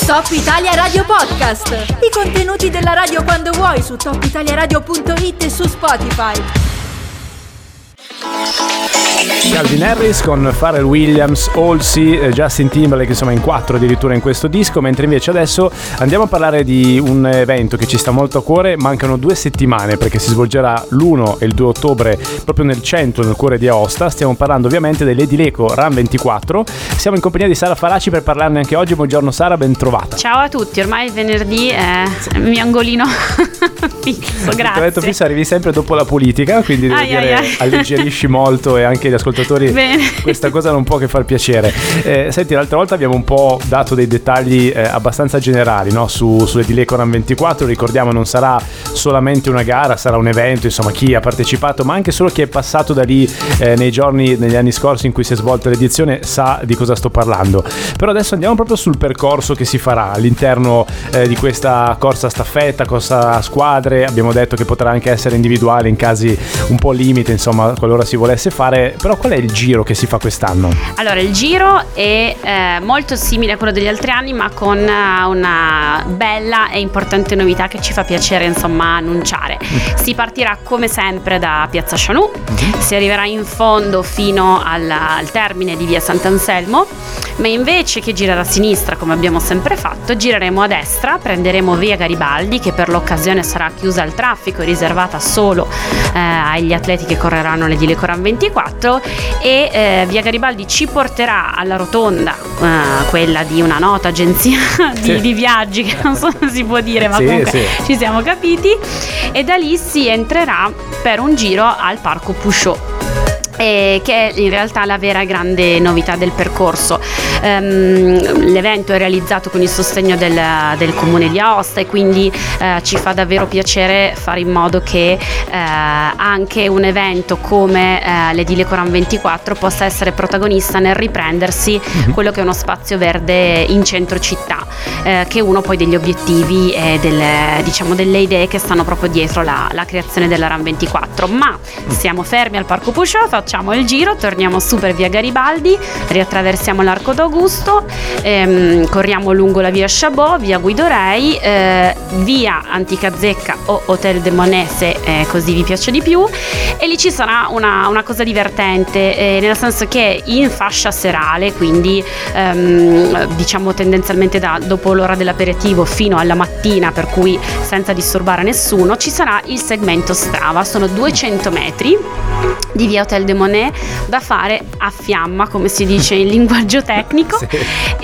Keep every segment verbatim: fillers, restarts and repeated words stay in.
Top Italia Radio Podcast. I contenuti della radio quando vuoi su top italia radio punto it e su Spotify. Calvin Harris con Pharrell Williams, Halsey, Justin Timberlake, insomma in quattro addirittura in questo disco, mentre invece adesso andiamo a parlare di un evento che ci sta molto a cuore. Mancano due settimane perché si svolgerà l'primo e il due ottobre proprio nel centro, nel cuore di Aosta. Stiamo parlando ovviamente dell'Edileco Run ventiquattro. Siamo in compagnia di Sara Faraci per parlarne anche oggi. Buongiorno Sara, ben trovata. Ciao a tutti, ormai il venerdì è il mio angolino fisso, grazie. Detto fisso, arrivi sempre dopo la politica, quindi devo ai, dire ai, ai. alleggerisci molto e anche gli ascoltatori. Bene. Questa cosa non può che far piacere. Eh, senti, l'altra volta abbiamo un po' dato dei dettagli eh, abbastanza generali, no? Su, sull'Edileco Run ventiquattro. Ricordiamo, non sarà solamente una gara, sarà un evento, insomma, chi ha partecipato, ma anche solo chi è passato da lì eh, nei giorni, negli anni scorsi in cui si è svolta l'edizione, sa di cosa sto parlando. Però adesso andiamo proprio sul percorso che si farà all'interno eh, di questa corsa a staffetta, corsa a squadre. Abbiamo detto che potrà anche essere individuale in casi un po' limite, insomma, qualora si volesse fare. Però qual è il giro che si fa quest'anno? Allora, il giro è eh, molto simile a quello degli altri anni, ma con uh, una bella e importante novità che ci fa piacere, insomma, annunciare. Mm. Si partirà come sempre da Piazza Chanù, mm-hmm. si arriverà in fondo fino al, al termine di via Sant'Anselmo, ma invece che girare a sinistra come abbiamo sempre fatto, gireremo a destra, prenderemo via Garibaldi, che per l'occasione sarà chiusa al traffico e riservata solo eh, agli atleti che correranno l'Edileco Run ventiquattro, e eh, via Garibaldi ci porterà alla rotonda, eh, quella di una nota agenzia di, sì. di viaggi, che non so se si può dire, ma sì, comunque sì. ci siamo capiti, e da lì si entrerà per un giro al Parco Pouchot, Eh, che è in realtà la vera grande novità del percorso. Um, l'evento è realizzato con il sostegno del, del Comune di Aosta, e quindi uh, ci fa davvero piacere fare in modo che uh, anche un evento come uh, l'Edileco Run ventiquattro possa essere protagonista nel riprendersi mm-hmm. quello che è uno spazio verde in centro città, uh, che è uno poi degli obiettivi e delle, diciamo, delle idee che stanno proprio dietro la, la creazione della Run ventiquattro. Ma siamo fermi al Parco Pouchot, facciamo il giro, torniamo su per via Garibaldi, riattraversiamo l'Arco d'Augusto, ehm, corriamo lungo la via Chabot, via Guido Rei, eh, via Antica Zecca o Hotel de Monet, se eh, così vi piace di più, e lì ci sarà una, una cosa divertente, eh, nel senso che in fascia serale, quindi ehm, diciamo tendenzialmente da dopo l'ora dell'aperitivo fino alla mattina, per cui senza disturbare nessuno, ci sarà il segmento Strava. Sono duecento metri di via Hotel de Monet da fare a fiamma, come si dice in linguaggio tecnico. Sì.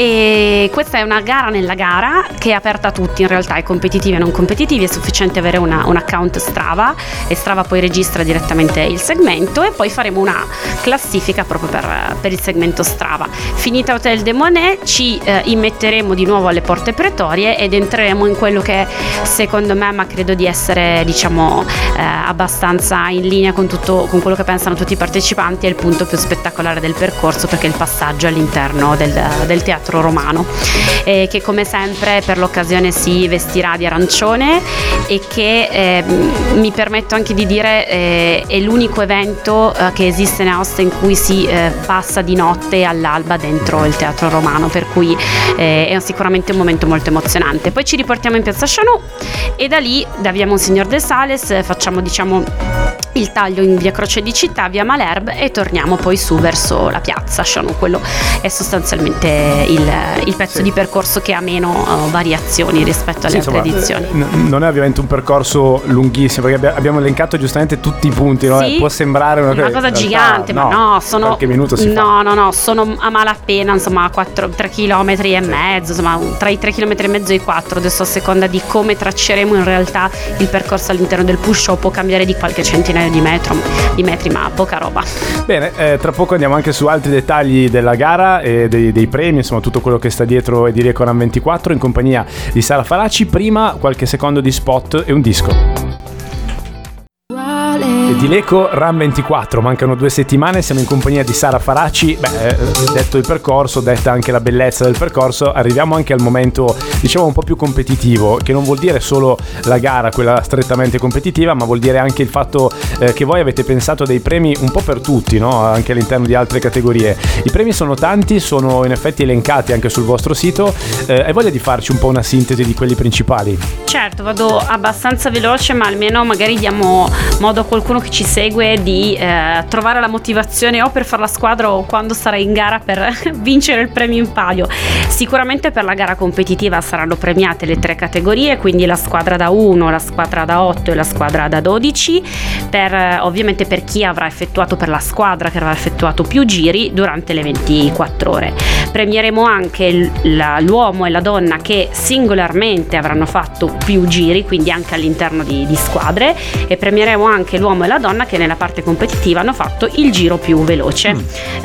E questa è una gara nella gara che è aperta a tutti, in realtà, ai competitivi e non competitivi. È sufficiente avere una, un account Strava, e Strava poi registra direttamente il segmento, e poi faremo una classifica proprio per, per il segmento Strava. Finita Hotel de Monet ci eh, immetteremo di nuovo alle porte pretorie ed entreremo in quello che secondo me, ma credo di essere diciamo eh, abbastanza in linea con tutto, con quello che pensano tutti i partecipanti, è il punto più spettacolare del percorso, perché è il passaggio all'interno del, del Teatro Romano, eh, che come sempre per l'occasione si vestirà di arancione, e che eh, mi permetto anche di dire eh, è l'unico evento eh, che esiste in Aosta in cui si eh, passa di notte all'alba dentro il Teatro Romano, per cui eh, è sicuramente un momento molto emozionante. Poi ci riportiamo in Piazza Chanù, e da lì da via Monsignor de Sales facciamo diciamo il taglio in via Croce di Città, via Malherbe, e torniamo poi su verso la piazza Chanù. Quello è sostanzialmente il, il pezzo sì. di percorso che ha meno uh, variazioni rispetto alle sì, altre insomma, edizioni. N- non è ovviamente un percorso lunghissimo, perché abbiamo elencato giustamente tutti i punti, no? Sì, può sembrare una, una cosa gigante, no, ma no, sono qualche minuto si no, fa. no, no, sono a malapena, insomma, quattro, tre chilometri e sì. mezzo, insomma, tra i tre chilometri e mezzo e i quattro, adesso a seconda di come tracceremo in realtà il percorso all'interno del Pouchot può cambiare di qualche centinaio di metro, di metri, ma poca roba. Bene, eh, tra poco andiamo anche su altri dettagli della gara e dei, dei premi, insomma tutto quello che sta dietro Edileco Run ventiquattro in compagnia di Sara Faraci. Prima qualche secondo di spot e un disco. Dileco Run ventiquattro, mancano due settimane, siamo in compagnia di Sara Faraci. Beh, detto il percorso, detta anche la bellezza del percorso, arriviamo anche al momento, diciamo, un po' più competitivo, che non vuol dire solo la gara, quella strettamente competitiva, ma vuol dire anche il fatto eh, che voi avete pensato dei premi un po' per tutti, no? Anche all'interno di altre categorie. I premi sono tanti, sono in effetti elencati anche sul vostro sito. Eh, hai voglia di farci un po' una sintesi di quelli principali? Certo, vado abbastanza veloce, ma almeno magari diamo modo a qualcuno che ci segue di eh, trovare la motivazione o per fare la squadra o quando sarà in gara per vincere il premio in palio. Sicuramente per la gara competitiva saranno premiate le tre categorie, quindi la squadra da uno, la squadra da otto e la squadra da dodici, per, ovviamente per chi avrà effettuato, per la squadra che avrà effettuato più giri durante le ventiquattro ore. Premieremo anche la, l'uomo e la donna che singolarmente avranno fatto più giri, quindi anche all'interno di, di squadre, e premieremo anche l'uomo e la donna che nella parte competitiva hanno fatto il giro più veloce mm.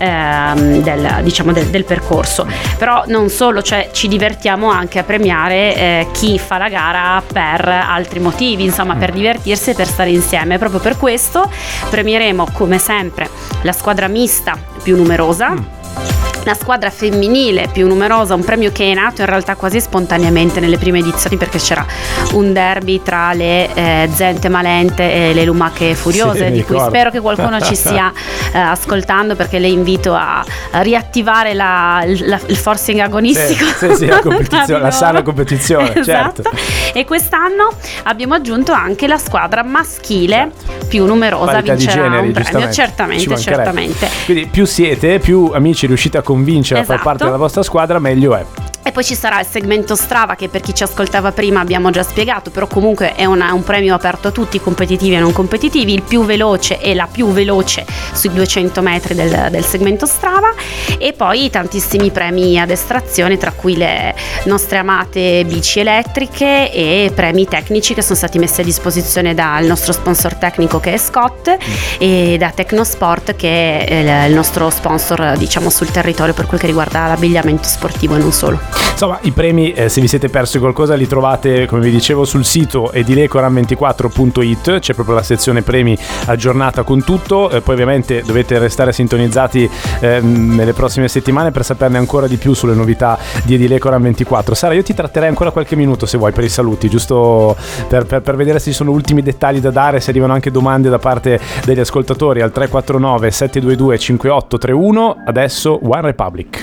ehm, del, diciamo del, del percorso. Però non solo, cioè ci divertiamo anche a premiare eh, chi fa la gara per altri motivi, insomma mm. per divertirsi e per stare insieme. Proprio per questo premieremo come sempre la squadra mista più numerosa, mm. la squadra femminile più numerosa, un premio che è nato in realtà quasi spontaneamente nelle prime edizioni, perché c'era un derby tra le eh, Zente Malente e le Lumache Furiose, sì, di cui spero che qualcuno ci stia eh, ascoltando, perché le invito a, a riattivare la, la, il forcing agonistico. Sì, sì, sì, la competizione, la sana competizione, esatto. Certo. E quest'anno abbiamo aggiunto anche la squadra maschile certo. più numerosa, parità vincerà di generi, un premio, certamente, certamente. Quindi più siete, più amici riuscite a convincere esatto. a far parte della vostra squadra, meglio è. E poi ci sarà il segmento Strava, che per chi ci ascoltava prima abbiamo già spiegato, però comunque è una, un premio aperto a tutti, competitivi e non competitivi, il più veloce e la più veloce sui duecento metri del, del segmento Strava, e poi tantissimi premi ad estrazione, tra cui le nostre amate bici elettriche e premi tecnici che sono stati messi a disposizione dal nostro sponsor tecnico, che è Scott, e da Tecnosport, che è il nostro sponsor, diciamo, sul territorio per quel che riguarda l'abbigliamento sportivo e non solo. Insomma, i premi, eh, se vi siete persi qualcosa, li trovate, come vi dicevo, sul sito dileco run ventiquattro punto it, c'è proprio la sezione premi aggiornata con tutto. Eh, poi ovviamente dovete restare sintonizzati eh, nelle prossime settimane per saperne ancora di più sulle novità di Dileco Run ventiquattro. Sara, io ti tratterei ancora qualche minuto, se vuoi, per i saluti, giusto per, per, per vedere se ci sono ultimi dettagli da dare, se arrivano anche domande da parte degli ascoltatori al tre quattro nove sette due due cinque otto tre uno. Adesso One Republic.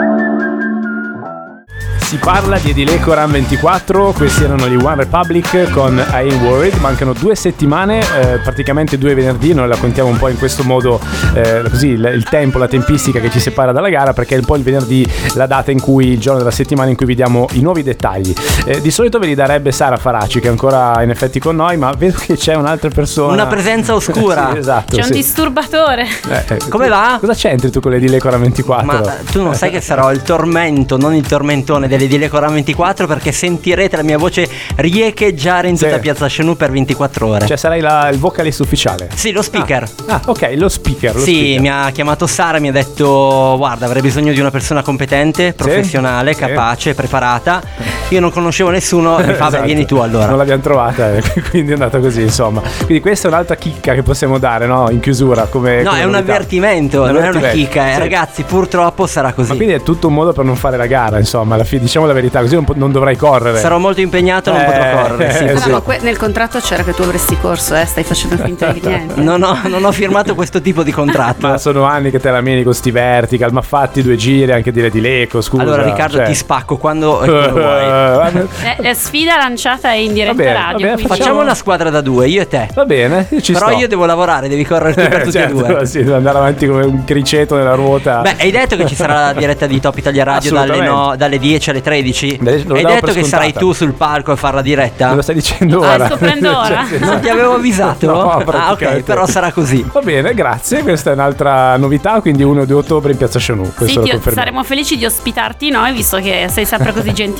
Si parla di Dileco Run ventiquattro, questi erano gli One Republic con I Ain't Worried. Mancano due settimane, eh, praticamente due venerdì, noi la contiamo un po' in questo modo, eh, così il, il tempo, la tempistica che ci separa dalla gara, perché è un po' il venerdì la data in cui, il giorno della settimana in cui vi diamo i nuovi dettagli. Eh, di solito ve li darebbe Sara Faraci, che è ancora in effetti con noi, ma vedo che c'è un'altra persona. Una presenza oscura. Sì, esatto, c'è sì. un disturbatore. Eh, eh, Come va? Cosa c'entri tu con le Dileco Run ventiquattro? Ma tu non sai che sarò il tormento, non il tormentone delle Dileco Run ventiquattro, perché sentirete la mia voce riecheggiare in tutta sì. Piazza Chenou per ventiquattro ore. Cioè sarai la, il vocalist ufficiale? Sì, lo speaker. Ah, ah ok, lo speaker. Lo sì, speaker. Mi ha chiamato Sara, mi ha detto: guarda, avrei bisogno di una persona competente, professionale, sì? capace, sì. preparata. Io non conoscevo nessuno, mi fa: esatto. beh, vieni tu allora. Non l'abbiamo trovata, eh, quindi è andata così, insomma. Quindi questa è un'altra chicca che possiamo dare, no? In chiusura, come No, come è un novità. avvertimento, un non avvertimento. è una chicca, eh. Sì. Ragazzi, purtroppo sarà così. Ma quindi è tutto un modo per non fare la gara, insomma, alla fine, diciamo la verità, così non, po- non dovrai correre. Sarò molto impegnato, non eh, potrò correre. Sì. eh, No, sì. ma que- nel contratto c'era che tu avresti corso, eh? Stai facendo finta di niente. Non ho, non ho firmato questo tipo di contratto. Ma sono anni che te la meni con sti vertical, ma fatti due giri anche dire Dileco, scusa. Allora Riccardo, cioè. ti spacco quando, quando vuoi. Eh, la sfida lanciata è in diretta Va bene, radio. va bene, quindi- Facciamo una squadra da due, io e te. Va bene, io ci Però sto. io devo lavorare, devi correre tu per tutti certo, e due. sì, devo andare avanti come un criceto nella ruota. Beh, hai detto che ci sarà la diretta di Top Italia Radio dalle, Assolutamente. no, dalle dieci alle tredici? Beh, lo Hai davo detto per che sarai scontata. tu sul palco a fare la diretta? Me lo stai dicendo Ah, ora? scoprendo ora? Cioè, sì, Non ti avevo avvisato? No, ah, ok, praticamente. però sarà così. Va bene, grazie. Questa è un'altra novità, quindi uno e due ottobre in Piazza Chenou. Questo Sì, lo ti- confermiamo. saremo felici di ospitarti noi, visto che sei sempre così gentile a ospitare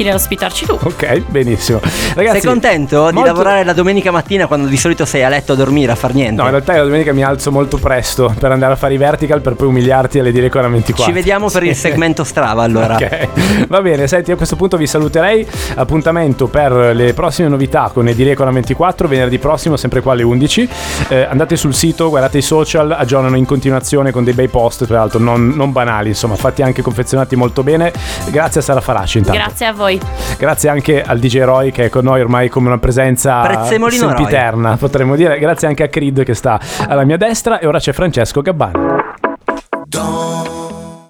pensarci tu. Ok, benissimo. Ragazzi, sei contento molto... di lavorare la domenica mattina quando di solito sei a letto a dormire, a far niente? No, in realtà la domenica mi alzo molto presto per andare a fare i vertical per poi umiliarti alle Dilecoran ventiquattro. Ci vediamo per il segmento Strava allora. Ok, va bene, senti, a questo punto vi saluterei. Appuntamento per le prossime novità con Dilecoran ventiquattro venerdì prossimo, sempre qua alle undici. Eh, andate sul sito, guardate i social, aggiornano in continuazione con dei bei post, tra l'altro non, non banali, insomma, fatti anche confezionati molto bene. Grazie a Sara Faraci intanto. Grazie a voi. Grazie anche al D J Roy che è con noi ormai come una presenza Prezzemolino sempiterna, Roy. potremmo dire. Grazie anche a Creed che sta alla mia destra e ora c'è Francesco Gabbani. Don't